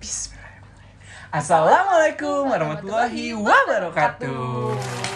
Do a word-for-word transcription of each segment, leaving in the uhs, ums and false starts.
Bismillahirrahmanirrahim. Assalamualaikum warahmatullahi wabarakatuh.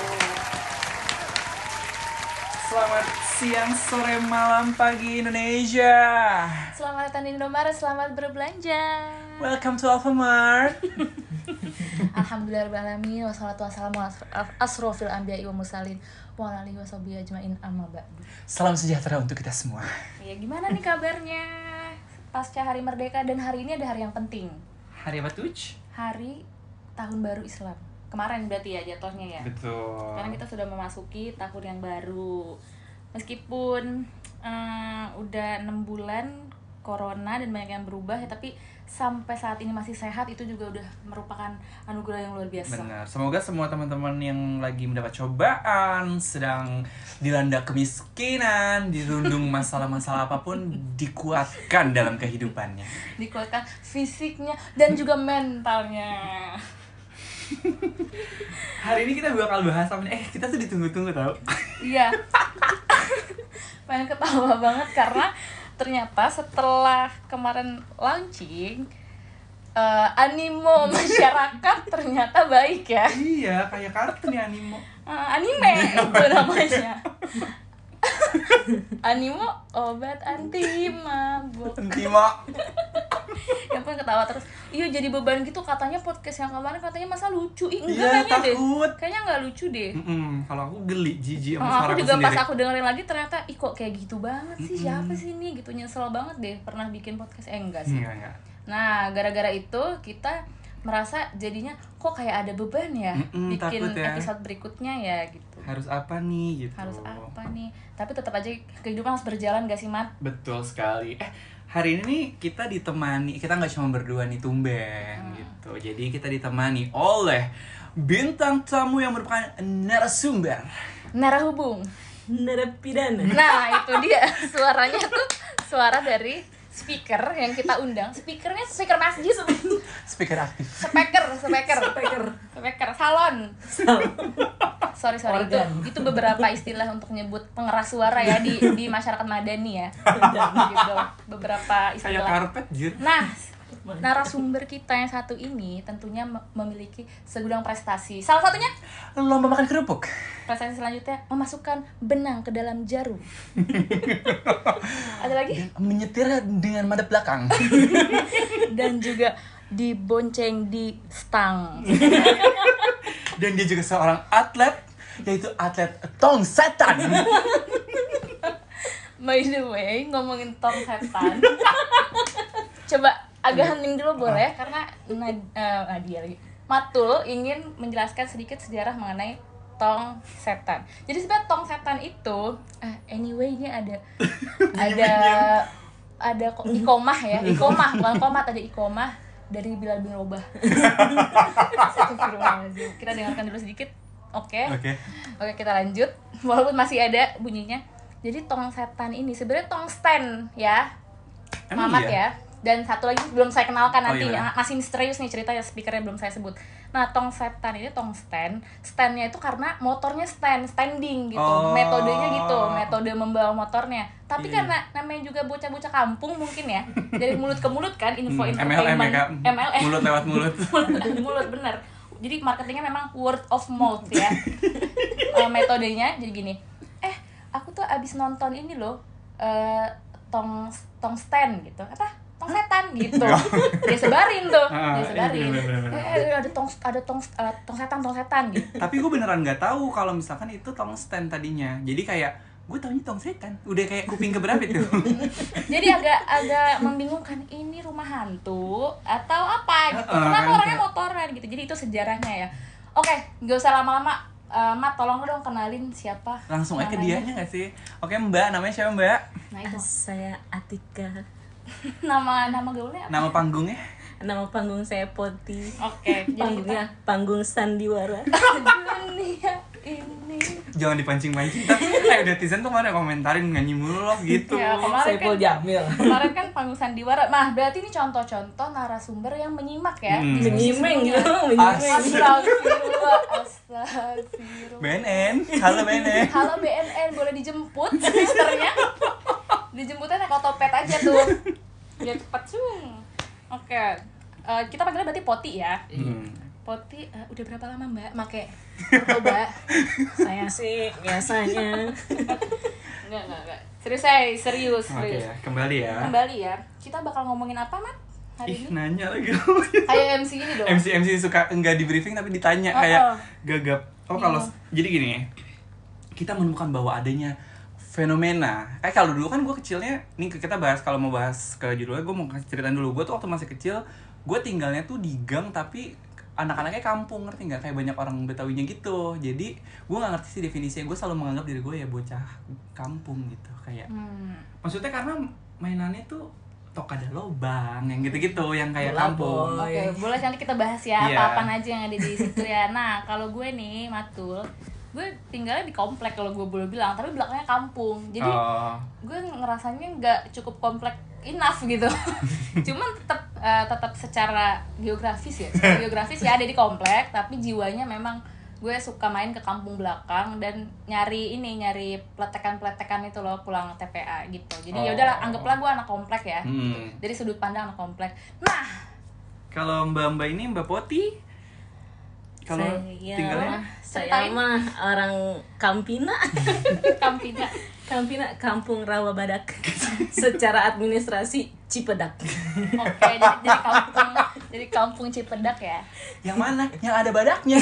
Selamat siang, sore, malam, pagi Indonesia. Selamat datang di Indomaret, selamat berbelanja. Welcome to Alfamart. Alhamdulillahirrahmanirrahim. Wassalatu wassalamu ala asrofil anbiya'i wa mursalin wa ala alihi washabihi ajmain amma ba'du. Salam sejahtera untuk kita semua. Ya, gimana nih kabarnya? Pasca Hari Merdeka dan hari ini ada hari yang penting. Hari apa tuh? Hari Tahun Baru Islam. Kemarin berarti ya jatuhnya ya. Betul. Sekarang kita sudah memasuki tahun yang baru. Meskipun um, udah enam bulan corona dan banyak yang berubah ya, tapi sampai saat ini masih sehat, itu juga udah merupakan anugerah yang luar biasa. Benar. Semoga semua teman-teman yang lagi mendapat cobaan, sedang dilanda kemiskinan, dirundung masalah-masalah apapun, dikuatkan dalam kehidupannya. Dikuatkan fisiknya dan juga mentalnya. Hari ini kita bakal bahas apa nih? Eh, kita tuh ditunggu-tunggu tau. Iya. Pengen ketawa banget karena ternyata setelah kemarin launching, uh, animo masyarakat ternyata baik ya. Iya, kayak kartun ya animo. Uh, anime itu namanya. Animo obat anti mabuk. Animo. Ya pun ketawa terus. Iya, jadi beban gitu katanya podcast yang kemarin katanya masa lucu. Ih, enggak Iya, kayaknya takut. deh. Kayaknya enggak lucu deh. Mm-mm, kalau aku geli, jijik sama Oh, suara aku aku juga sendiri. pas aku dengerin lagi ternyata ih kok kayak gitu banget sih. Mm-mm. Siapa sih ini gitu, nyesel banget deh pernah bikin podcast eh enggak sih. Enggak, enggak. Nah, gara-gara itu kita merasa jadinya kok kayak ada beban ya. Mm-mm, bikin takut ya. episode berikutnya ya gitu. Harus apa nih gitu. Harus apa nih? Tapi tetap aja kehidupan harus berjalan gak sih, Mat? Betul sekali. Eh, hari ini nih kita ditemani, kita nggak cuma berdua nih tumben Hmm. gitu. Jadi kita ditemani oleh bintang tamu yang merupakan narasumber. Narahubung. Narapidana. Nah, itu dia suaranya tuh suara dari speaker yang kita undang. Speakernya speaker masjid. Speaker aktif. Speaker, speaker. Speaker. Speaker salon. Sorry sorry itu, Organ. itu beberapa istilah untuk nyebut pengeras suara ya di di masyarakat madani ya. Gitu. Beberapa Kayak istilah. karpet, jir. Nah, narasumber kita yang satu ini tentunya me- memiliki segudang prestasi. Salah satunya Lomba makan kerupuk. prestasi selanjutnya memasukkan benang ke dalam jarum. Ada lagi? Dan menyetir dengan madep belakang. Dan juga dibonceng di stang. Dan dia juga seorang atlet, yaitu atlet tong setan. By the way, ngomongin tong setan. Coba agak hening dulu boleh, karena Nad- eh, Nadia lagi. Matul ingin menjelaskan sedikit sejarah mengenai tong setan. Jadi sebenarnya tong setan itu, eh, anyway ini ada ada ada kok ikomah ya, ikomah bukan komat, ada ikomah dari Bilal bin Robah. Astagfirullahaladzim. Kita dengarkan dulu sedikit. Oke. Oke. Oke, kita lanjut. Walaupun masih ada bunyinya. Jadi tong setan ini sebenarnya tong stand ya. Emang Mamat iya? ya. Dan satu lagi belum saya kenalkan Oh, nanti. iya. Masih misterius nih ceritanya, speakernya belum saya sebut. Nah, tong setan ini tong stand. Standnya itu karena motornya stand, standing gitu. Oh. Metodenya gitu, metode membawa motornya. Tapi Iya. karena namanya juga bocah-bocah kampung mungkin ya. Dari mulut ke mulut kan, info Hmm, M L M ya, infotainment. Kak. M L M. Mulut lewat mulut. mulut lewat mulut bener. Jadi marketingnya memang word of mouth ya. Eh, metodenya jadi gini. Eh, aku tuh abis nonton ini loh. eh, tong tong stand gitu. Apa? Tong setan gitu. Dia sebarin tuh. Ah, Dia sebarin. iya, bener, bener, bener. Eh, eh, ada tong ada tong eh, tong setan, tong setan gitu. Tapi gue beneran nggak tahu kalau misalkan itu tong stand tadinya. Jadi kayak gue taunya tong setan. Udah kayak kuping keberapa itu. Jadi agak agak membingungkan, ini rumah hantu atau apa gitu. Uh-uh, Kenapa kan orangnya kayak- motoran gitu. Jadi itu sejarahnya ya. Oke, nggak usah lama-lama. Eh, Mat, tolong dong kenalin siapa. Langsung aja ke namanya. dianya nggak sih? Oke Mbak, namanya siapa Mbak? Nah, itu. Saya Atika. nama nama gaulnya apa? Nama panggungnya? Nama panggung saya Poti. Oke, jadi kita Panggungnya Panggung Sandiwara. dunia ini. Jangan dipancing-pancing. Tapi eh udah Tizen tuh kemarin komentarin nyanyi mulu loh gitu. Ya, kemarin kan Saiful Jamil. kemarin kan panggung sandiwara. Nah, berarti ini contoh-contoh narasumber yang menyimak ya. Hmm. diskusi Menyimeng sebelumnya. gitu, menyimeng. Astagfirullah, astagfirullah. B N N, halo B N N. Halo B N N, boleh dijemput sisternya? Dijemputnya naik otopet aja tuh. Biar cepet cung. Oke. uh, kita panggilnya berarti Poti ya. Hmm. Poti uh, udah berapa lama Mbak make narkoba? Saya sih biasanya. Enggak, enggak, enggak. Serius saya, serius, Oke serius. ya, kembali ya. Kembali ya. Kita bakal ngomongin apa, Mat? Hari Ih, ini? nanya lagi. Kayak M C ini dong. M C M C suka enggak di briefing tapi ditanya Oh, kayak oh. gagap. Oh, kalau Iya. jadi gini ya. Kita menemukan bahwa adanya fenomena. Kayak kalau dulu kan gue kecilnya, nih kita bahas kalau mau bahas ke judulnya, gue mau kasih ceritain dulu. Gue tuh waktu masih kecil, gue tinggalnya tuh di gang tapi anak-anaknya kampung, ngerti nggak? Kayak banyak orang Betawinya gitu. Jadi gue nggak ngerti sih definisinya. Gue selalu menganggap diri gue ya bocah kampung gitu. Kayak Hmm. maksudnya karena mainannya tuh tok ada lobang yang gitu-gitu, yang kayak Bola kampung. boy. Oke, boleh nanti kita bahas ya Iya. apa-apa aja yang ada di situ ya. Nah, kalau gue nih, Matul, gue tinggalnya di komplek kalau gue boleh bilang, tapi belakangnya kampung. Jadi Oh. gue ngerasanya nggak cukup komplek enough gitu. Cuman tetap eh, tetap secara geografis ya, secara geografis ya ada di komplek, tapi jiwanya memang gue suka main ke kampung belakang dan nyari ini nyari peletekan-peletekan itu loh pulang T P A gitu. Jadi ya udahlah, Oh. anggaplah gue anak komplek ya. Hmm. Dari sudut pandang anak komplek. Nah, Kalau Mbak-mbak ini Mbak Poti, kalau Saya tinggalnya saya Ceritain. mah orang Kampina. Kampina. Kampina, Kampung Rawa Badak. Secara administrasi Cipedak. Oke, jadi, jadi kampung jadi kampung Cipedak ya. yang mana? Yang ada badaknya.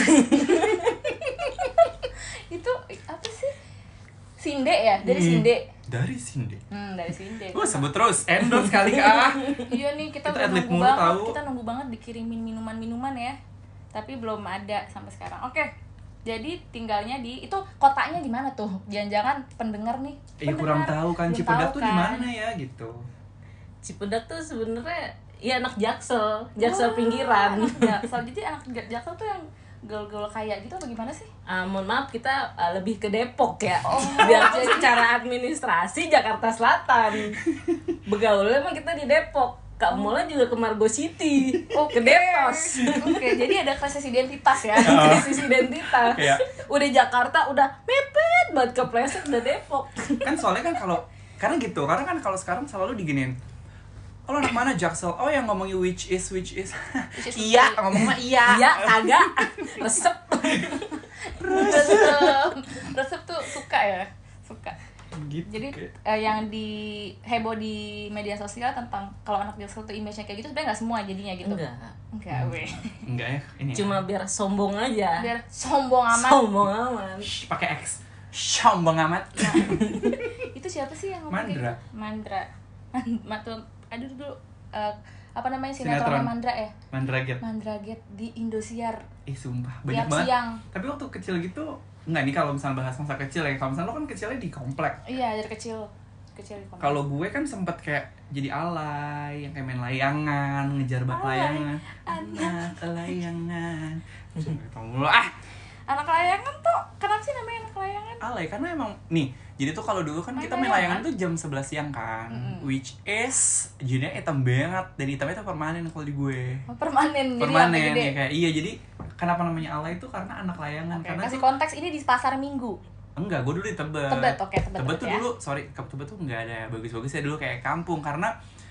Itu apa sih? Sinde ya, dari Hmm. Sinde. Dari Sinde. Hmm, dari Sinde. Gue sebut terus, endorse kali ah. Iya nih, kita, Kita udah atlet nunggu mulu banget, tahu. kita nunggu banget dikirimin minuman-minuman ya. Tapi belum ada sampai sekarang. Oke. Jadi tinggalnya di itu kotanya di mana tuh? Jangan-jangan pendengar nih. Iya kurang pendengar tahu kan belum Cipedak tahu tuh di kan. mana ya gitu. Cipedak tuh sebenarnya ya anak Jaksel, Jaksel Oh, pinggiran. anak Jaksel. Jadi anak Jak- Jaksel tuh yang gaul-gaul kaya gitu apa gimana sih? Ah, mohon maaf kita ah, lebih ke Depok ya. Oh, Biarpun jadi- secara administrasi Jakarta Selatan. Begaulnya emang kita di Depok. Kak Mola juga ke Margo City. Oh, ke Detos. Oke, jadi ada krisis identitas ya. Krisis identitas. Kayak Udah Jakarta udah mepet banget kepleset udah Depok. kan soalnya kan kalau karena gitu, karena kan kalau sekarang selalu diginiin. Oh, lo anak mana Jaksel? Oh, yang ngomongin which is which is. Which is Iya, which is. ngomong mah iya. Iya, kagak. Resep. Resep. Resep tuh suka ya. Suka. Gitu. Jadi kayak- eh, yang di heboh di media sosial tentang kalau anak Jaksel tuh image-nya kayak gitu sebenarnya nggak semua jadinya gitu. Enggak. Enggak, weh. enggak ya ini. ya. Cuma biar sombong aja. Biar sombong amat. Sombong aman. Shh, pakai X. Sombong amat. Nah, itu siapa sih yang ngomong kayak Mandra. gitu? Mandra. Matul. Aduh dulu eh, apa namanya Sinetron. sinetron Mandra ya? Mandraget. Mandraget di Indosiar Ih, sumpah, tiap banyak banget. siang. Tapi waktu kecil gitu, enggak nih kalau misalnya bahas masa kecil ya. Kalau misalnya lo kan kecilnya di komplek. Iya, dari kecil. Kecil di komplek. Kalau gue kan sempet kayak jadi alay, yang kayak main layangan, ngejar bak Alay, layangan. anak. Anak layangan. Tahu lo ah. Anak layangan tuh kenapa sih namanya anak layangan? Alay karena emang nih, jadi tuh kalau dulu kan Main kita main layangan? layangan tuh jam sebelas siang kan. Mm-mm. Which is jadinya hitam banget. Dan hitamnya tuh permanen kalau di gue. Oh, permanen, jadi Permanen sampai gede. ya kayak iya jadi kenapa namanya alay itu karena anak layangan Oke, karena kasih tuh konteks ini di pasar Minggu. enggak, gue dulu di Tebet. Tebet, oke, Tebet, Tebet Tebet tuh ya. dulu, sorry, ke Tebet tuh nggak ada bagus-bagusnya dulu kayak kampung karena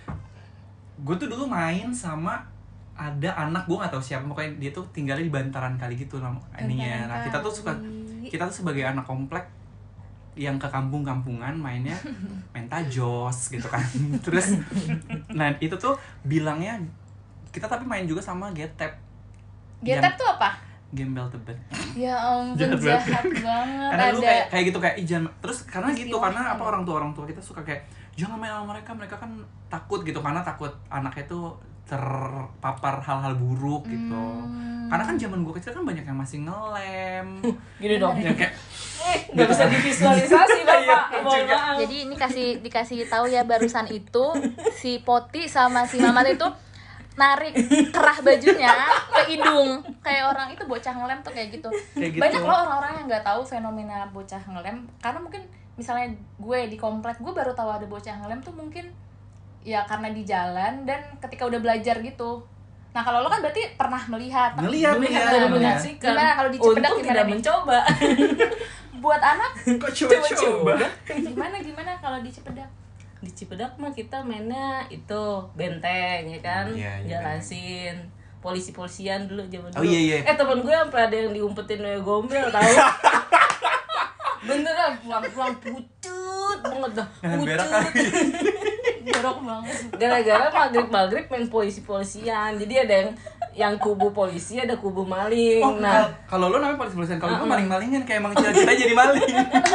gue tuh dulu main sama ada anak gue nggak tahu siapa pokoknya dia tuh tinggalnya di bantaran kali gitu nama ininya. Nah kita tuh suka Kali. kita tuh sebagai anak komplek yang ke kampung-kampungan mainnya main tajos gitu kan. Terus nah itu tuh bilangnya kita tapi main juga sama getep. Getep tuh apa? Gembel Tebet. Ya ampun, Jahat banget. jahat banget. Karena dulu Ada kayak kayak gitu kayak "Ih, jangan terus karena gitu Istilahnya. karena apa orang tua orang tua kita suka kayak jangan main sama mereka mereka kan takut gitu karena takut anaknya tuh terpapar hal-hal buruk gitu. Hmm. Karena kan zaman gue kecil kan banyak yang masih ngelem. Gini dong. yang kayak Gak bisa divisualisasi Iya, Bapak. Mohon juga. maaf. Jadi ini kasih dikasih tahu ya barusan itu si Poti sama si Mamat itu narik kerah bajunya ke hidung kayak orang itu bocah ngelem tuh kayak gitu. Kayak gitu. Banyak loh orang-orang yang nggak tahu fenomena bocah ngelem karena mungkin misalnya gue di komplek gue baru tahu ada bocah ngelem tuh mungkin ya karena di jalan dan ketika udah belajar gitu. Nah kalau lo kan berarti pernah melihat. ngeliat nih Melihat ya. dan namanya. menyaksikan. Gimana kalau di Cipedak Untung gimana tidak nih? mencoba. Buat anak Kok coba-coba? gimana gimana kalau di Cipedak? Di Cipedak mah kita mainnya itu benteng ya kan, Iya, iya, jelasin polisi-polisian dulu zaman dulu. Oh, iya, iya. Eh temen gue sampai ada yang diumpetin kayak gombel tahu. Beneran pulang-pulang pucut banget dah, Nah, berak kan. pucut. Jorok banget. Gara-gara maghrib-maghrib main polisi-polisian. Jadi ada yang yang kubu polisi, ada kubu maling. Oh, Nah, kal- kalau lo namanya polisi-polisian, kalau gue maling-malingan kayak emang cita-cita jadi maling.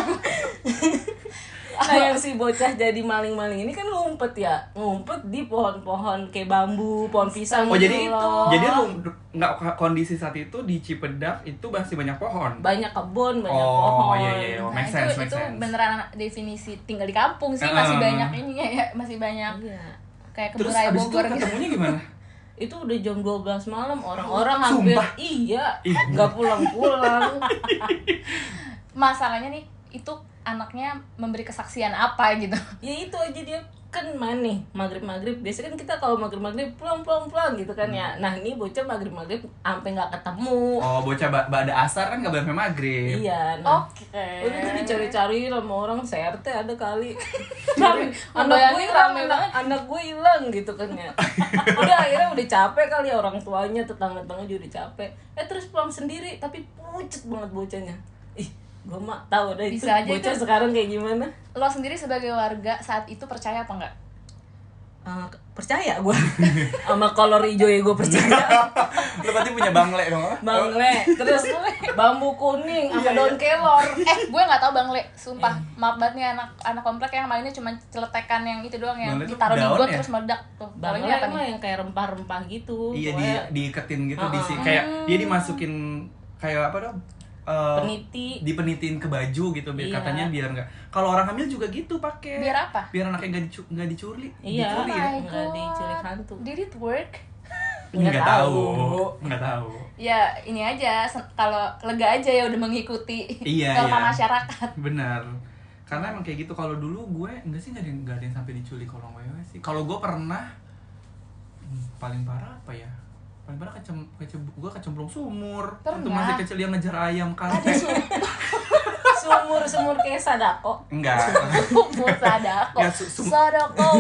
nah yang si bocah jadi maling-maling ini kan ngumpet ya, ngumpet di pohon-pohon kayak bambu, pohon pisang. Oh, gitu jadi loh. jadi lu nggak kondisi saat itu di Cipedak itu masih banyak pohon. banyak kebun, banyak Oh, pohon. iya, iya, oh, Nah, make itu sense, make itu sense. beneran definisi tinggal di kampung sih, Uh. masih banyak ininya ya, masih banyak Iya. kayak Terus kebun raya abis itu Bogor gitu. ketemunya gimana? Itu udah jam dua belas malam, orang-orang hampir Sumpah? iya, Ih. nggak pulang-pulang. Masalahnya nih, itu anaknya memberi kesaksian apa gitu. Ya itu aja dia kan main nih maghrib-maghrib. Biasanya kan kita kalau maghrib-maghrib pulang-pulang-pulang gitu kan ya. Nah ini bocah maghrib-maghrib sampai nggak ketemu. Oh, bocah ba- bada asar kan nggak boleh sampai maghrib. Iya, nah. Oke. Udah tuh dicari-cari sama orang C R T ada kali. Tapi, anak gue ngebayangin hilang, rame anak, banget. anak gue hilang gitu kan ya. Udah akhirnya udah capek kali ya, orang tuanya, tetangga-tetangga juga udah capek. Eh terus pulang sendiri tapi pucet banget bocahnya. Ih, gue mah tahu deh itu Bisa aja bocah itu. sekarang kayak gimana. Lo sendiri sebagai warga saat itu percaya apa enggak? Uh, percaya gue sama kolor hijau ya gue percaya. Lo pasti punya bangle dong. Bangle, terus bambu kuning sama Iya, daun iya. kelor. Eh, gue nggak tahu Bang Le, sumpah. Maaf banget nih anak anak komplek yang mainnya cuma celetekan yang itu doang yang Bang Le tuh ditaruh di daun got ya? terus meledak tuh. Kalau Bangle ini apa emang nih? yang kayak rempah-rempah gitu. Iya, di Pokoknya diiketin gitu di Uh-uh. kayak dia dimasukin kayak apa dong? Eh, peniti. dipenitin ke baju gitu biar Iya. katanya biar nggak. Kalau orang hamil juga gitu pakai. Biar apa? Biar anaknya nggak dicu nggak dicuri. Iya. Dicuri ya? Oh my Nggak God. diculik hantu. Did it work? Nggak Nggak tahu. tahu. Nggak tahu. Ya ini aja, sen- kalau lega aja ya udah mengikuti Iya, norma iya. masyarakat. Benar. Karena emang kayak gitu. Kalau dulu gue enggak sih nggak ada yang- nggak ada yang sampai diculik kolong wewe sih. Kalau gue pernah hmm, paling parah apa ya? Paling parah kecem, kecem gue kecemplung sumur. Waktu Pernah? masih kecil yang ngejar ayam Ada kate. Sumur sumur kayak Sadako. Enggak. sumur sadako. Ya, su- sum- Sadako.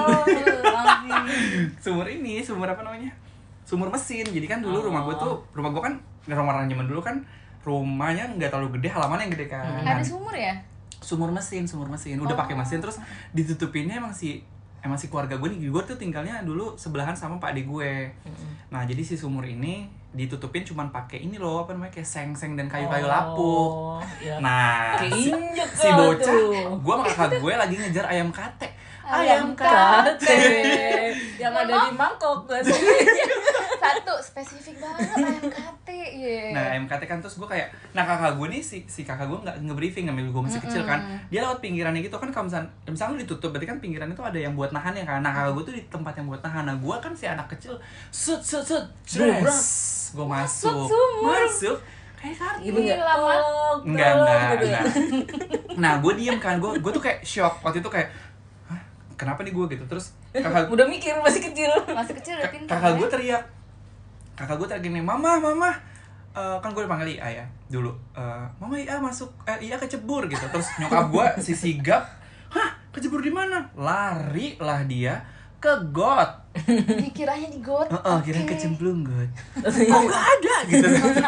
Sumur ini, sumur apa namanya? Sumur mesin. Jadi kan dulu rumah gue tuh, rumah gue kan rumah orang zaman dulu kan rumahnya nggak terlalu gede, halamannya yang gede kan. Nah, Ada sumur ya? sumur mesin, sumur mesin. Udah Oh. pakai mesin terus ditutupinnya emang si emang si keluarga gue nih, gue tuh tinggalnya dulu sebelahan sama pak adik gue. Nah, jadi si sumur ini ditutupin cuman pakai ini loh, apa namanya? Kayak seng-seng dan kayu-kayu lapuk. Oh, iya. Nah, Keinjek si lah bocah, tuh. gue sama kakak gue lagi ngejar ayam kate. Ayam Kate yang ada di mangkok gak sih? Satu spesifik banget ayam kate. Iya. Nah, ayam kate kan terus gue kayak, nah kakak gue nih, si, si kakak gue nggak nge-briefing, ngambil gue masih kecil kan. Dia lewat pinggirannya gitu kan, kalau misalnya, misalnya lu ditutup, berarti kan pinggirannya tuh ada yang buat nahannya kan. Nah, kakak gue tuh di tempat yang buat nahan. Nah, gue kan si anak kecil, sut, sut, sut, dress. Gue masuk, sumur. masuk. Kayak kartu. Ini enggak lama. tolong, Enggak, tolong, enggak, gitu ya. enggak. Nah, gue diem kan, gue gue tuh kayak shock. Waktu itu kayak, hah, kenapa nih gue gitu? Terus kakak Udah mikir masih kecil. Masih kecil udah K- pintar. kakak ya? gue teriak kakak gue teriak gini, mama mama. Eh, kan gue dipanggil Ia ya dulu. Eh, mama Ia masuk, eh, Ia kecebur gitu. Terus nyokap gue si sigap, hah, kecebur di mana? Lari lah dia ke got. Dikiranya di got. Heeh, Oke. kira kecemplung got. Oh, nggak ada gitu.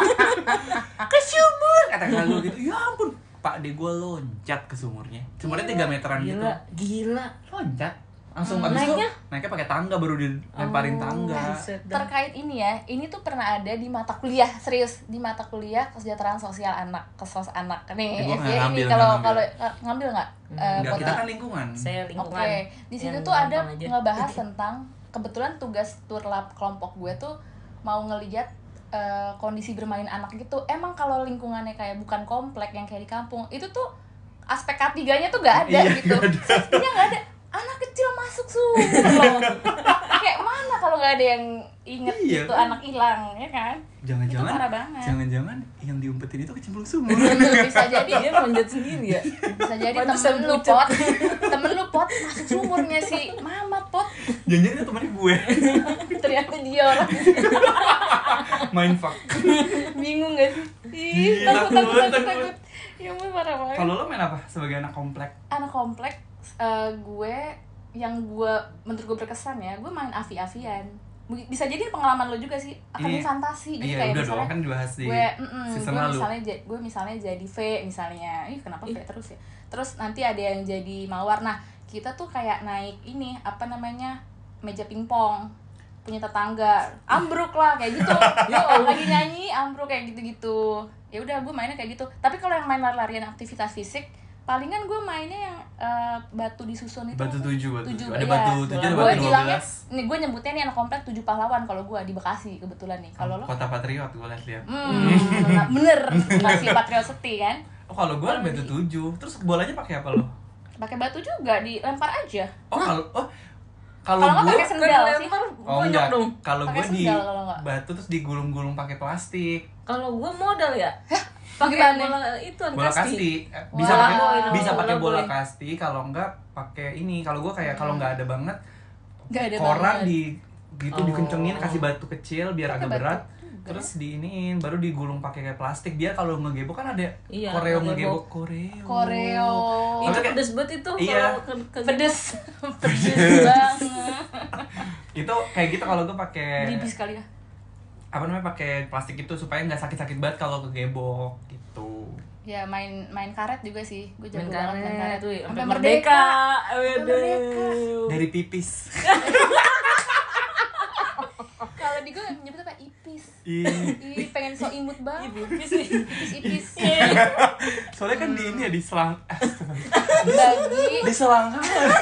Ke sumur kata kakak gue gitu. Ya ampun, pak de gue loncat ke sumurnya. Sumurnya tiga meteran gitu. Gila, gila. Loncat. Langsung Hmm, abis itu naiknya? naiknya pakai tangga, baru dilemparin tangga. Buset dah. Terkait ini ya, ini tuh pernah ada di mata kuliah, serius, di mata kuliah kesejahteraan sosial anak, kesos anak Eh, nih. gua F nggak Y I ngambil, ini kalau nggak kalau ngambil. eh, ngambil nggak? Eh, Enggak, buat- kita kan lingkungan. Saya Oke, lingkungan. di situ yang tuh ada gampang aja. ngebahas tentang kebetulan tugas turlap kelompok gue tuh mau ngelihat eh, kondisi bermain anak gitu. Emang kalau lingkungannya kayak bukan komplek yang kayak di kampung, itu tuh aspek K tiga-nya tuh gak ada Iya, gitu. nggak ada. Safety-nya gak ada. Anak kecil masuk sumur loh. Kayak mana kalau nggak ada yang inget Iya, gitu kan? anak hilang, ya kan? Jangan-jangan, Itu parah banget. jangan-jangan yang diumpetin itu kecemplung sumur. Bisa jadi Dia manjat sendiri ya. bisa jadi Pantesan temen lu pucet. pot temen lu pot masuk sumurnya si mama pot, Jangan-jangan itu temennya gue. ternyata dia orang Main fuck. bingung gak sih? Ih, Gila, takut takut takut, takut takut. takut. Ya ampun parah banget. Kalau lo main apa sebagai anak komplek? Anak komplek, eh, gue yang gue menurut gue berkesan ya, gue main avi-avian. Bisa jadi pengalaman lo juga sih, akademi Iya. fantasi. Jadi Iya, kayak udah misalnya dong, kan dibahas di gue, mm, season gue lalu. misalnya ja- gue misalnya jadi V misalnya. Ih, kenapa V terus ya? Terus nanti ada yang jadi mawar. Nah, kita tuh kayak naik ini apa namanya? Meja pingpong punya tetangga, ambruk lah kayak gitu. Yo, lagi nyanyi ambruk kayak gitu-gitu. Ya udah, gue mainnya kayak gitu. Tapi kalau yang main lari-larian aktivitas fisik, palingan gue mainnya yang uh, batu disusun itu. Batu tujuh, batu tujuh. tujuh. Ada Iya. batu tujuh, ada Gue batu dua bilangnya, belas. nih gue nyebutnya nih anak komplek tujuh pahlawan kalau gue di Bekasi kebetulan nih. Kalau lo? Kota Patriot gue lihat-lihat. Hmm, bener, masih patrioti kan? Oh, kalau gue batu tujuh. Terus bolanya pakai apa lo? Pakai batu juga, dilempar aja. Oh, kalau oh kalau Kalau nggak gue pakai sendal sih. lempar oh bonyok enggak. dong. Kalau gue Pakai di sendal kalau nggak. batu terus digulung-gulung pakai plastik. Kalau gue modal ya, pakai Gimana? bola itu Bola kasti. Bisa Wow. pakai Bola bisa pakai bola boleh. kasti, kalau enggak pakai ini. Kalau gue kayak kalau nggak ada banget Nggak ada koran banget. di gitu Oh. dikencengin, kasih batu kecil biar Pakai agak batu berat. juga. Terus diiniin, baru digulung pakai kayak plastik biar kalau ngegebok kan ada Iya, koreo ngegebok. ngegebok koreo. Koreo. Itu Tapi kayak- pedes banget itu Iya. kalau ke, ke Pedes. Pedes banget. Itu kayak gitu kalau gue pakai Beribis kali ya. apa namanya pakai plastik itu supaya nggak sakit-sakit banget kalau kegebok gitu. Ya main main karet juga sih. Gue jago main banget main karet karet. tuh, Sampai sampai merdeka. merdeka. Waduh. Dari pipis. Kalau di gue nyebut apa? Ipis. Iya. Ih, pengen so imut banget. Ipis nih. Ipis ipis. Soalnya kan di ini ya di selang Bagi di selangkah.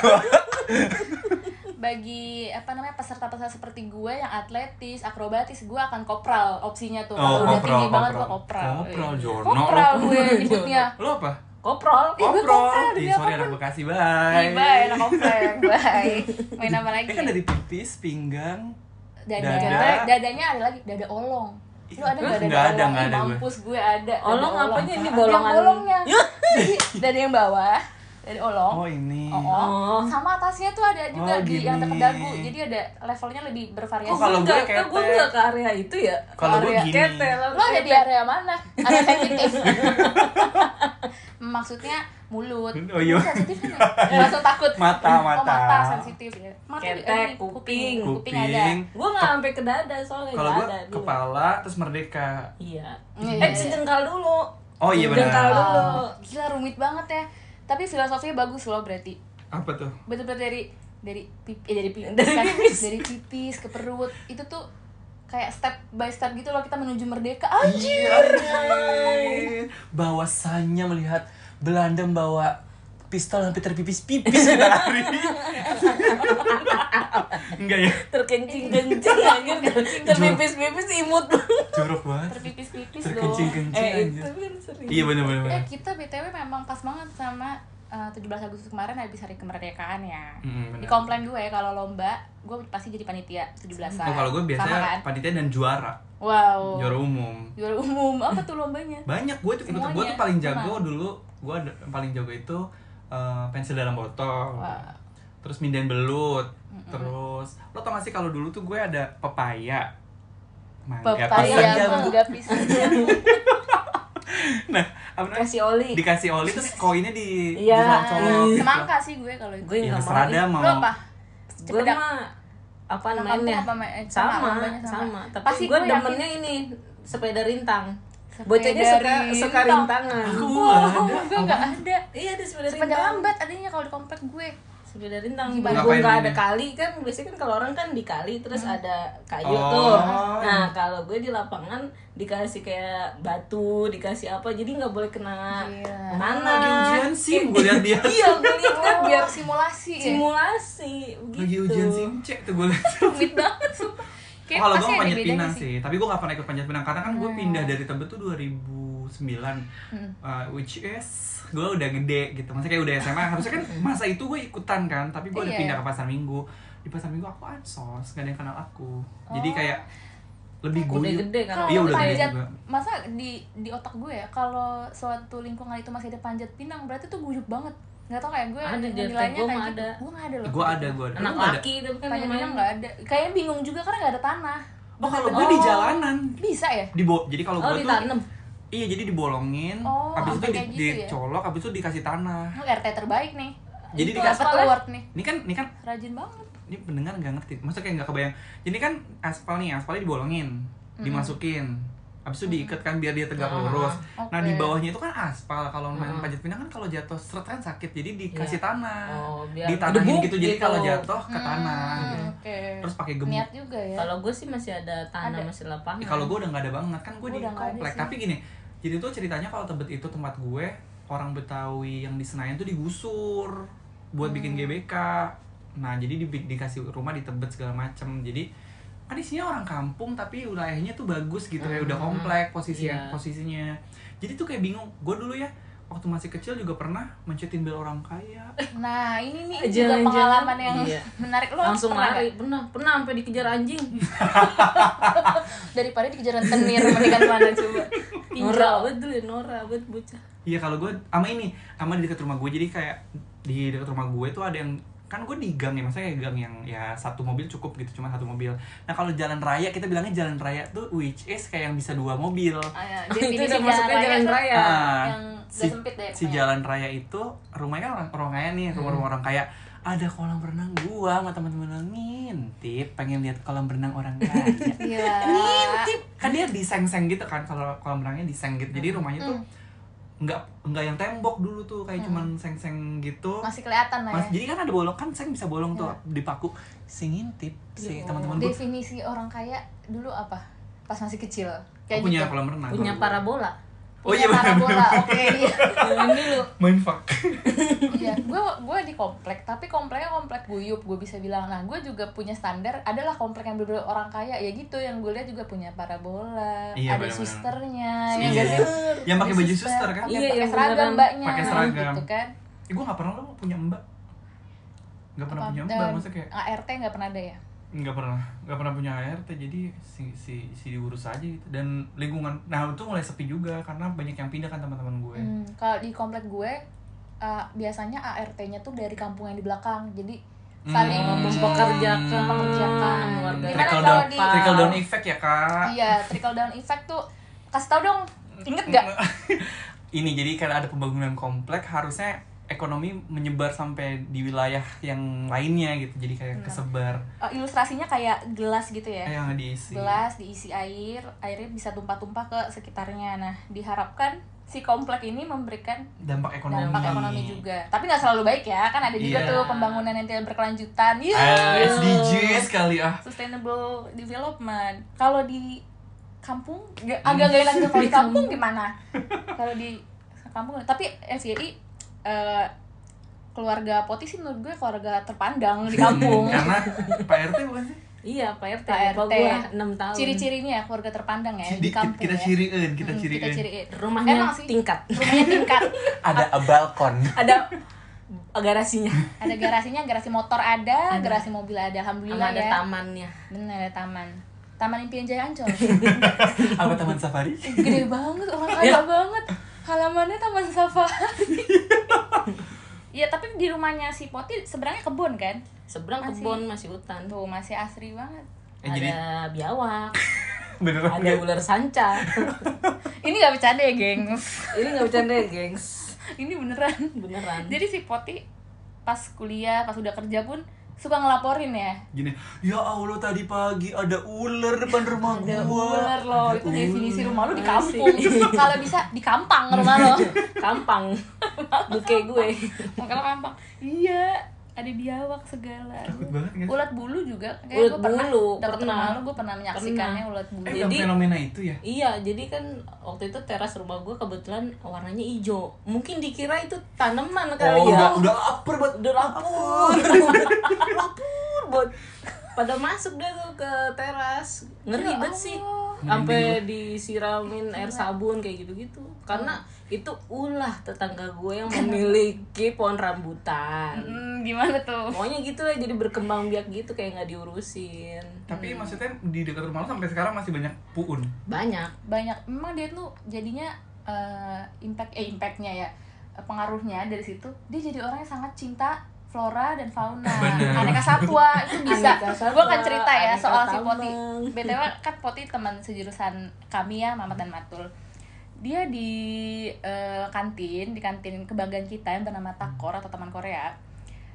bagi apa namanya peserta-peserta seperti gue yang atletis, akrobatis, gue akan kopral opsinya tuh. Oh, Kalau udah kopral, tinggi banget kopral. gue kopral. Kopral, Iya. Jono. Kopral gue nyebutnya. Lo apa? Koprol. Ih, gue Kopral. kopral, Ih, demi sorry apapun. anak Bekasi, bye. Ih, bye, anak komplek, bye. Main apa lagi? Ini kan dari pipis, pinggang, dada. dada. Dadanya ada lagi, dada olong. Lu ada nggak dada Nggak ada, olong? nggak Ih, ada gue. mampus gue ada. dada Olong apanya ini Yang bolongan? bolongnya. Jadi dada yang bawah, dada olong. Oh ini. Oh, Oh. sama atasnya tuh ada juga Oh, di yang gini. dekat dagu. Jadi ada levelnya lebih bervariasi. Oh, kalau gue enggak, ketek. gue enggak ke area itu ya. Kalau gue area gini. Ketel. Lo ada di area mana? Area sensitif. Maksudnya mulut. Oh, iya. Mulut sensitif kan ya? Langsung takut. Mata, Oh, mata. mata sensitif ya. Mata Ketek, eh, kuping. kuping Kuping. ada. Gue nggak sampai ke dada soalnya Kalau nggak gue ada. dia. kepala terus merdeka. Iya. Iya, Eh iya. sejengkal dulu. Oh iya benar. Sejengkal dulu. Oh, gila rumit banget ya. Tapi filosofinya bagus loh berarti. Apa tuh? Betul-betul dari dari pipi, eh, dari pipis, Dari kan? pipis. dari pipis ke perut. Itu tuh kayak step by step gitu loh kita menuju merdeka. Anjir. Iya. Bahwasannya melihat Belanda membawa pistol sampai terpipis-pipis kita lari. Enggak ya? Terkencing-kencing anjir. Terpipis-pipis imut banget. Jorok banget. Terpipis-pipis dong. Terkencing-kencing Eh anjir. itu kan sering. Iya benar-benar. Eh kita B T W memang pas banget sama uh, tujuh belas Agustus kemarin habis hari kemerdekaan ya. Mm, benar. Di komplain gue kalau lomba, gue pasti jadi panitia tujuh belasan. Oh kalau gue Sama biasanya kan? panitia dan juara. Wow. Juara umum. Juara umum. Apa tuh lombanya? Banyak gue tuh ikut gue Semuanya. tuh paling jago Sama. dulu. Gue ada- paling jago itu eh, pensil dalam botol. Wah. Terus mindahin belut. Terus lo tau gak sih kalau dulu tuh gue ada pepaya. Mangga, Pepaya, pisang jambu. mangga, pisang jambu. Nah, apa namanya? Kasih oli. Dikasih oli terus koinnya di Iya. dicolok-colok gitu. Semangka sih gue kalau itu. Gue Ya nggak terserah mau. dah mau. Lo apa? Gue Cepet mah apa Anak namanya? kampung apa ma- eh, sama, lombanya sama, Tapi Pasti gue gue yakin- demennya ini sepeda rintang. Sepeda Bocahnya suka rintang. suka rintangan. Aku Oh, ada. gue nggak ada. Iya ada sepeda Sepeda rintang. lambat adanya kalau di komplek gue. Sepeda rintang. Gimana? Berhubung nggak Ngapain ada ini? kali kan biasanya kan kalau orang kan di kali terus ada kayu Oh. tuh. Nah kalau gue di lapangan dikasih kayak batu, dikasih apa, jadi nggak boleh kena Gila. tanah. Lagi ujian sim gue liat dia. Iya gue lihat kan Oh, biar simulasi ya. simulasi Lagi gitu. ujian sim cek tuh gue liat. Rumit banget sumpah. Kayak Oh, kalau pasti gue ada panjat bedanya pinang sih. sih, tapi gue gak pernah ikut panjat pinang karena kan gue Hmm. pindah dari Tebet tuh dua ribu sembilan, Hmm. uh, which is gue udah gede gitu, maksudnya kayak udah S M A, harusnya kan masa itu gue ikutan kan, tapi gue udah Iya. pindah ke Pasar Minggu, di Pasar Minggu aku ansos, gak ada yang kenal aku, jadi Oh. kayak lebih Udah guyup. gede kan. Kalau Iya, udah gede panjat, juga. masa di di otak gue ya, kalau suatu lingkungan itu masih ada panjat pinang, berarti tuh guyup banget. Nggak tau kayak gue Ada, di R T nilainya gue kayak mah gitu. ada. Gue nggak ada loh. Gue ada, gue ada. Anak Lu nggak ada? laki tapi kan Panjat yang pinang main. nggak ada. Kayaknya bingung juga karena nggak ada tanah. Oh kalau gue di jalanan, Bisa ya? di bo- jadi kalau Oh gue tuh ditanam. iya jadi dibolongin, Oh, habis itu sampai di, kayak gitu ya? dicolok, habis itu dikasih tanah. Lu R T terbaik nih. Jadi itu dikasih apa tuh word nih? Ini kan ini kan Rajin banget. ini pendengar nggak ngerti. Masa kayak nggak kebayang. Jadi kan aspal nih, aspalnya dibolongin, Mm-mm. dimasukin. Habis itu diikat kan biar dia tegak Ah, lurus. oke. Nah, di bawahnya itu kan aspal. Kalau main Ah. panjat pinang kan kalau jatuh seret kan sakit. Jadi dikasih Iya. tanah. Oh, biar Ditanahin gedebuk gitu. Jadi gitu. kalau jatuh ke tanah. Hmm, gitu. Oke. Terus pakai gemuk. Niat juga ya. Kalau gue sih masih ada tanah, Ada. masih lapangan. Ya, kalau gue udah nggak ada banget kan gue Gua di udah nggak ada komplek. sih. Tapi gini, jadi tuh ceritanya kalau Tebet itu tempat gue, orang Betawi yang di Senayan tuh digusur buat bikin Hmm. G B K. Nah jadi di, dikasih rumah di Tebet segala macem. Jadi kan isinya orang kampung tapi wilayahnya tuh bagus gitu ya, udah Hmm. komplek posisi Iya. posisinya. Jadi tuh kayak bingung. Gue dulu ya waktu masih kecil juga pernah mencetin bel orang kaya. Nah, ini nih juga Jangan-jangan- pengalaman yang iya. menarik. Lo langsung pernah lari. nggak? Pernah, pernah sampai dikejar anjing. Daripada dikejar rentenir mendingan mana coba? Nora Pinjau. banget dulu ya, Nora banget bocah. Iya kalau gue sama ini, sama di dekat rumah gue. Jadi kayak di dekat rumah gue tuh ada yang, kan gue di gang ya, maksudnya kayak gang yang ya satu mobil cukup gitu, cuma satu mobil. Nah kalau jalan raya, kita bilangnya jalan raya tuh which is kayak yang bisa dua mobil. Ah, ya, Itu definisi udah masuknya jalan tuh raya. Ah, yang si, gak sempit deh. si pokoknya. jalan raya itu rumahnya kan orang orang kaya nih, rumah-rumah orang kaya. Ada kolam renang, gua sama teman-teman ngintip pengen lihat kolam renang orang kaya. Gila. Ngintip kan dia diseng-seng gitu kan, kalau kolam renangnya diseng gitu. Jadi rumahnya tuh nggak nggak yang tembok dulu tuh, kayak cuman seng-seng gitu. Masih kelihatan lah Mas, ya. jadi kan ada bolong kan, seng bisa bolong tuh dipaku. Si ngintip si Ya teman-teman gua Definisi orang kaya dulu apa? Pas masih kecil. oh, Kayak punya gitu. kolam renang. Punya kalau gua. parabola. Oh Punya iya benar. parabola. Oke, iya. Jangan dulu. Main fuck. Iya, gue gue di komplek, tapi kompleknya komplek guyup, gue bisa bilang. Nah, gue juga punya standar, adalah komplek yang bener orang kaya, ya gitu. Yang gue lihat juga punya parabola, Iya, ada benar-benar. susternya, Iya. ya nggak sih? Yang pakai Ada baju suster kan? pakai Iya, pakai yang seragam beneran mbaknya, pakai seragam. gitu kan? Eh, gue gak pernah lo punya mbak. Gak pernah Apa, punya eh, mbak, maksudnya kayak A R T nggak pernah ada ya? nggak pernah nggak pernah punya A R T, jadi si si si diurus aja gitu. Dan lingkungan, nah itu mulai sepi juga karena banyak yang pindah kan teman-teman gue. Hmm, kalau di komplek gue uh, biasanya A R T-nya tuh dari kampung yang di belakang, jadi saling Hmm. Mempekerjakan mempekerjakan. warga. Gimana Trickle kalau down, di trickle down effect ya kak. iya trickle down effect tuh, kasih tau dong, inget gak? Ini jadi karena ada pembangunan komplek, harusnya ekonomi menyebar sampai di wilayah yang lainnya gitu, jadi kayak Benar. kesebar. Uh, ilustrasinya kayak gelas gitu ya. Eh, yang diisi. Gelas diisi air, airnya bisa tumpah-tumpah ke sekitarnya. Nah, diharapkan si komplek ini memberikan Dampak ekonomi. dampak ekonomi juga. Tapi nggak selalu baik ya, kan ada juga Iya. tuh pembangunan yang tidak berkelanjutan. Iya. Eh, S D Gs kali ah. Sustainable development. Kalau di kampung nggak- agak gak enak tuh. Kalau di kampung gimana? Kalau di kampung, tapi F Y I eh, keluarga Poti sih menurut gue keluarga terpandang di kampung. Karena Pak R T bukan sih? Iya, Pak R T. Pak R T. Bapak gua enam tahun. Ciri-cirinya ya keluarga terpandang ya di Di- kampung kita ya. ciriin, kita Hmm, ciriin. kita ciriin. Rumahnya Emang sih. tingkat. Rumahnya tingkat. Ada a balkon. Ada garasinya. Ada garasinya, garasi motor ada, Ada. garasi mobil ada. Alhamdulillah Sama ada ya. tamannya. Bener, ada taman. Taman Impian Jaya Ancol. Apa taman safari? Gede banget, orang kaya banget. Halamannya taman safari. Iya, tapi di rumahnya si Poti sebenarnya kebun kan? Seberang Masih- kebun masih hutan. Tuh, masih asri banget. Eh, Ada jadi biawak, beneran ada nggak? ular sanca. Ini gak bercanda ya, gengs. Ini nggak bercanda ya, gengs. Ini beneran. Beneran. Jadi si Poti pas kuliah, pas udah kerja pun suka ngelaporin ya. Gini, ya Allah tadi pagi ada ular depan rumah Ada gua. ular loh, itu Ada definisi ular. rumah lu di Asik. kampung. Kalau bisa di kampang rumah lo. Kampang. Buke gue. Kalau kampang. Iya, ada biawak segala. Takut banget nggak sih? Ulat bulu juga. Kayak Ulat gue pernah bulu, dapet pernah. rumah lu, gue pernah menyaksikannya ulat bulu. Eh, Jadi- jadi fenomena itu ya? Iya, jadi kan waktu itu teras rumah gue kebetulan warnanya hijau. Mungkin dikira itu tanaman kali Oh, ya. udah udah lapar buat Udah lapur. lapur buat pada masuk deh tuh ke teras. Ngeri Ya banget sih. Allah. Sampai disiramin air sabun kayak gitu-gitu. Karena itu ulah tetangga gue yang memiliki pohon rambutan. Hmm, gimana tuh? Pokoknya gitu lah, jadi berkembang biak gitu kayak nggak diurusin. Tapi maksudnya di dekat rumah lo sampai sekarang masih banyak puun. Banyak. Banyak, memang dia tuh jadinya eh, impact eh impactnya ya, eh, pengaruhnya dari situ dia jadi orang yang sangat cinta flora dan fauna. Bener. Aneka satwa itu bisa. Aneka satwa, Gue akan cerita ya aneka soal si Poti. tambang. B T W kan Poti teman sejurusan kami ya, Mamat dan Matul. Dia di eh, kantin, di kantin kebanggaan kita yang bernama Takor atau Taman Korea.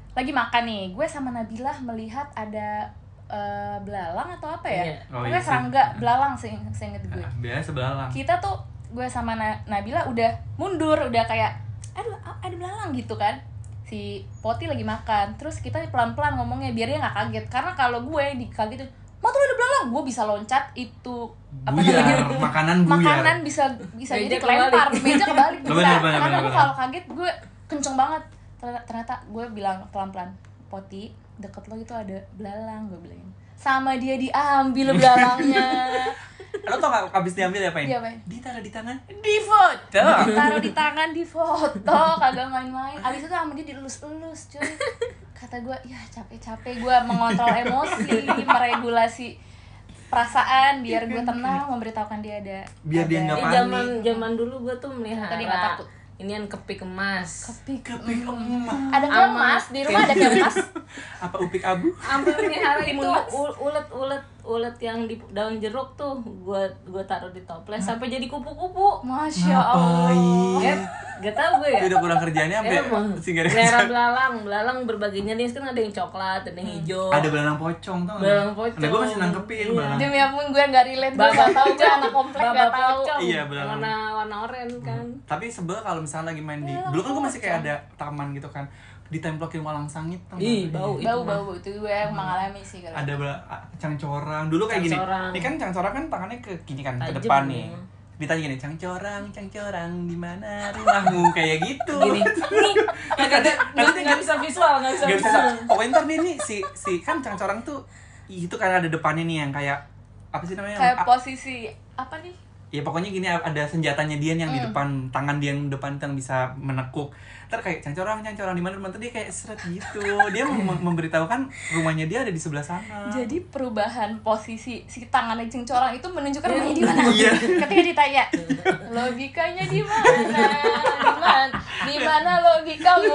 lagi makan nih, gue sama Nabila melihat ada uh, belalang atau apa ya? Iya. Oh, Pokoknya iya sih. serangga, belalang sih, seinget gue. Ah, biasa belalang. Kita tuh gue sama Na- Nabila udah mundur, udah kayak aduh ada belalang gitu kan. Si Poti lagi makan, terus kita pelan-pelan ngomongnya biar dia nggak kaget. Karena kalau gue dikagetin, "Ma tuh ada belalang," gue bisa loncat itu apa Buyar, namanya? makanan buyar. Makanan bisa bisa Meja jadi kebalik. kelempar, meja kebalik bisa. Bener, bener, Karena bener, gue bener. kalau kaget gue kenceng banget. Ternyata, ternyata gue bilang pelan-pelan, "Poti, deket lo itu ada belalang," gue bilangin. Sama dia diambil belalangnya. Lo tau gak abis diambil ya, Pain? Iya, Pain. Ditaruh di tangan, di foto. Taruh di tangan, di foto, kagak main-main. Abis itu sama dia dielus-elus, cuy. Kata gue, ya capek-capek gue mengontrol emosi, meregulasi perasaan biar gue tenang, memberitahukan dia ada. Biar dia ada- nggak Eh, panik. zaman zaman dulu gue tuh melihara Tadi nggak takut. inian kepik emas. Kepik. Kepik emas. Ada kemas di rumah, ada kemas. Apa upik abu? Sampai melihara itu Timun mas. u- ulet-ulet ulet yang di daun jeruk tuh gue gue taruh di toples sampai jadi kupu-kupu. Masya Allah. Ya, gak tau gue ya. Itu udah kurang kerjaannya sampai Emang singgah melihara belalang, belalang berbagai jenis kan, ada yang coklat, ada yang hijau. Ada belalang pocong tau gak? Belalang pocong. Nah gue masih nangkepin Iya. belalang. Demi ampun gue gak relate, gue gak tau, gue anak komplek Baba gak tau. pocong. Iya, belalang. Warna warna oranye kan. Tapi sebel kalau misalnya lagi main di Belalang dulu kan gue masih kayak pocong. ada taman gitu kan, ditemplokin walang sangit tau nggak? Ih, bau. Itu Bau mah. bau itu gue yang mengalami sih kalau. Ada bela- a- cangcorang dulu kayak gini. Cangcorang. Ini kan cangcorang kan tangannya ke kini kan, ke Tajem. depan nih. Ditanya gini, cangcorang, cangcorang di mana rumahmu, kayak gitu. Gini. Nih, Nanti- nggak nanti- nggak bisa visual, nggak bisa Gak bisa. visual. Pokoknya ntar nih nih si si kan cangcorang tuh itu kan ada depannya nih yang kayak apa sih namanya? Kayak A- posisi apa nih? ya pokoknya gini ada senjatanya dia yang di Hmm. depan, tangan dia yang depan yang bisa menekuk. Ntar kayak cangcorang, cangcorang di mana rumah, ntar dia kayak seret gitu. Dia mem- memberitahukan rumahnya dia ada di sebelah sana. Jadi perubahan posisi si tangannya cengcorang itu menunjukkan rumahnya di mana? Iya. Ketika ditanya, logikanya di mana? Di mana? Di mana logikamu?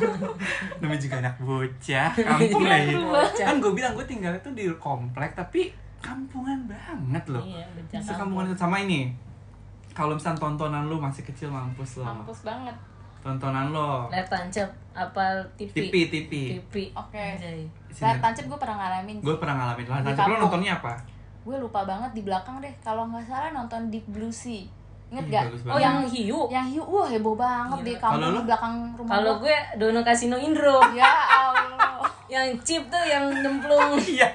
Namanya juga anak bocah, kampung lah ya. Bocah. Kan gue bilang gue tinggalnya tuh di komplek tapi kampungan banget loh. Iya, bocah Sekampungan itu sama ini. Kalau misalnya tontonan lu masih kecil mampus lo. Mampus banget. Tontonan lo. Layar tancap apa T V? T V, T V. T V. Oke. Anjay. Layar tancap gue pernah ngalamin. Gue pernah ngalamin lah. Di Nanti lo kampung. nontonnya apa? Gue lupa banget di belakang deh. Kalau nggak salah nonton Deep Blue Sea. Ingat Ih, gak? bagus Oh, banget. yang hiu. Yang hiu, wah heboh banget Gila. di kampung Kalau lu? di belakang rumah. Kalau gua. gue Dono Kasino Indro. Ya Allah. Yang chip tuh yang nyemplung. Iya.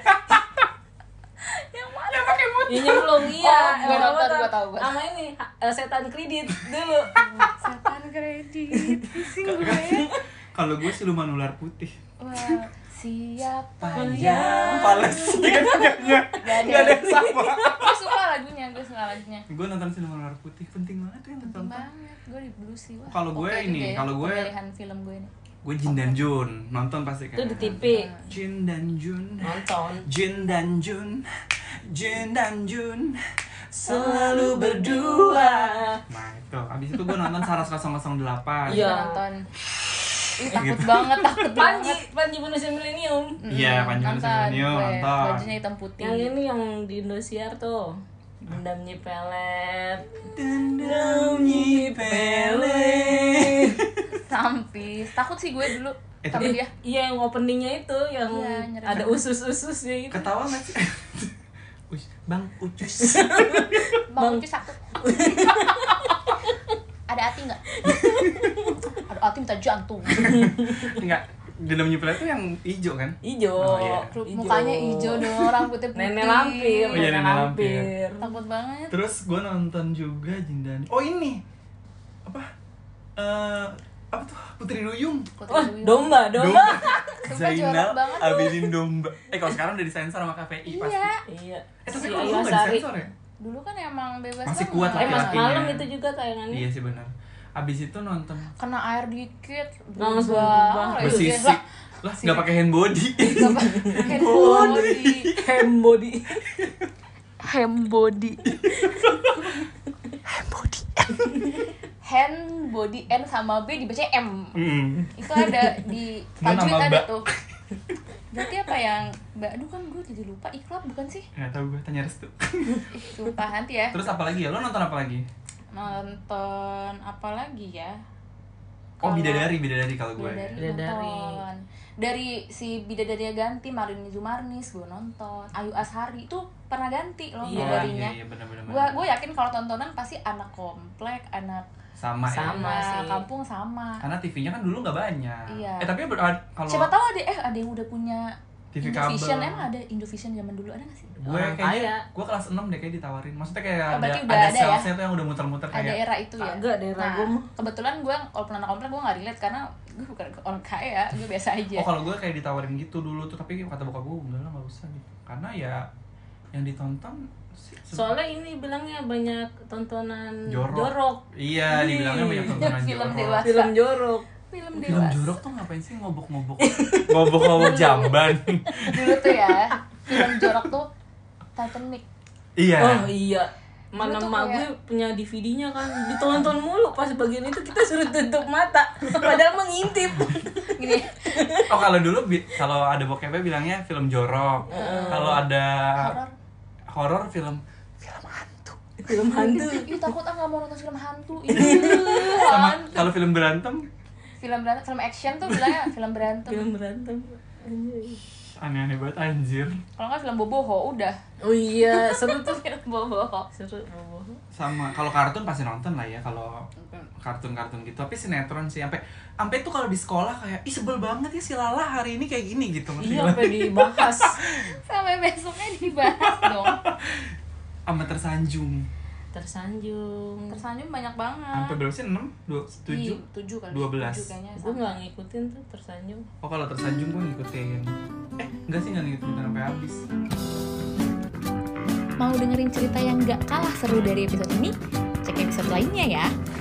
Yang mana? Yang pakai motor. Yang nyemplung iya. Oh, gua Yang nonton, apa gua tuh? tahu, gua. Sama ini eh, setan kredit dulu. Setan kredit. Pusing gue. Kalau gue siluman ular putih. Wah, siapa Panjang, pales. Iya kan nggaknya? Gak ada. Nggak ada yang sama. Gue suka lagunya, gue suka lagunya. Gue nonton siluman ular putih penting banget tuh yang Penting nonton. banget, gue di Blue sih. Wah, Kalau gue oke ini, juga ya, kalau gue- pemilihan film gue ini. Gue Jin dan Jun nonton pasti kan. Itu di T V. Jin dan Jun. Nonton. Jin dan Jun. Jin dan Jun selalu berdua. Nah itu, abis itu gue nonton Saras nol nol delapan. Iya. Gue nonton. Ih, takut Gitu. banget, takut Panji, banget. Panji manusia milenium. Iya, Panji Nonton, Manusia Milenium, gue. nonton. Bajunya hitam putih. Yang ini yang di Indosiar tuh. Dendam Nyipelet. Dendam nyipele. Sampis. Takut sih gue dulu Eh, sama tapi- dia. Iya, yang openingnya itu yang Iya, nyerah. ada usus-ususnya itu. Ketawa gak sih? Ush, Bang Ucus. Bang, Uci satu. Ada hati nggak? Ada hati minta jantung. Enggak, Dendam nyipele itu yang hijau kan? Ijo. Oh, iya. Ijo. Mukanya hijau dong, rambutnya putih. Nenek lampir. Oh, iya, nenek lampir. Takut banget. Terus gue nonton juga Jin dan Oh ini apa? Eh apa tuh Putri Duyung. Putri Wah, Duyung. domba, domba. Sumpah jorok Zainal banget tuh. Abidin Domba. Eh kalau sekarang udah disensor sama K P I pasti. Iya. Iya. Eh tapi Si kalau Ayu dulu nggak Asari. disensor ya? Dulu kan emang bebas Masih banget. kuat Eh, mas laki-lakinya. malam itu juga tayangannya. Iya sih benar. Abis itu nonton Kena air dikit. Langsung berubah. berubah. Iya, bersisik. lah, Lah nggak pakai hand body. hand body. Ham body. Hand body. Hand body. Hand body N sama B dibaca M. Hmm. Itu ada di Itu nama Tajwid ada Mbak. tuh. Berarti apa yang Mbak? Aduh kan gue jadi lupa. Iklab bukan sih? Nggak tahu gue tanya Restu. Ih, lupa nanti ya. Terus apa lagi ya? Lo nonton apa lagi? Nonton apa lagi ya? Oh, Kalau- Bidadari, Bidadari kalau gue. Bidadari, Bidadari. nonton. Dari si Bidadari ganti Marini Zumarnis gue nonton. Ayu Ashari itu pernah ganti loh Iya. Bidadarinya. Iya, iya, benar-benar. Gue gue yakin kalau tontonan pasti anak komplek, anak Sama, ya. Sama. anak sih. kampung sama. Karena T V-nya kan dulu nggak banyak. Iya. Eh, tapi ber- ad- kalau Siapa tahu ada eh ada yang udah punya T V Indovision, kabel. emang ada Indovision zaman dulu ada nggak sih? gue Orang kayaknya kaya. gue kelas enam deh kayak ditawarin. Maksudnya kayak Oh, ada berarti udah ada ada ya? salesnya tuh yang udah muter-muter Ada kayak era itu ya. Agak daerah Nah, gue mah. kebetulan gue walaupun anak komplek gue nggak relate karena gue bukan orang kaya, gue biasa aja. Oh, kalau gue kayak ditawarin gitu dulu tuh, tapi kata bokap gue udah lah nggak usah gitu. Karena ya yang ditonton sih se- Soalnya ini bilangnya banyak tontonan jorok. jorok. Iya, Ih. dibilangnya banyak tontonan Film jorok. dewasa. Film jorok. Film Film dewasa. jorok tuh ngapain sih ngobok-ngobok ngobok-ngobok jamban? Dulu tuh ya, film jorok tuh Titanic. Iya. Oh iya. Mana Dulu tuh emak kayak- gue punya D V D-nya kan ditonton mulu pas bagian itu kita suruh tutup mata padahal mengintip. Gini, Oh, kalau dulu bi- kalau ada bokepnya bilangnya film jorok. Kalau ada horor. horor film film hantu. Film hantu. Ih, takut ah nggak mau nonton film hantu. Ih, Sama hantu. kalau film berantem Film berantem, film action tuh bilangnya film berantem. Film berantem. Anjay. aneh-aneh banget anjir. Kalau nggak film boboho udah. Oh iya, seru tuh. Film boboho. Seru. Oh. Sama kalau kartun pasti nonton lah ya, kalau kartun-kartun gitu. Tapi sinetron sih sampai sampai tuh kalau di sekolah kayak ih sebel banget ya si Lala hari ini kayak gini gitu. ngerti Iya, nggak? sampai dibahas. Sampai besoknya dibahas dong. Sama tersanjung. Tersanjung. Tersanjung banyak banget. Sampai berapa sih? enam, dua, tujuh. Ih, tujuh kali. dua belas. Tujuh kayaknya. Gue sama. nggak ngikutin tuh tersanjung. Oh, kalau tersanjung gue ngikutin. Eh, enggak sih, enggak ngikutin sampai habis. Mau dengerin cerita yang gak kalah seru dari episode ini? Cek episode lainnya ya.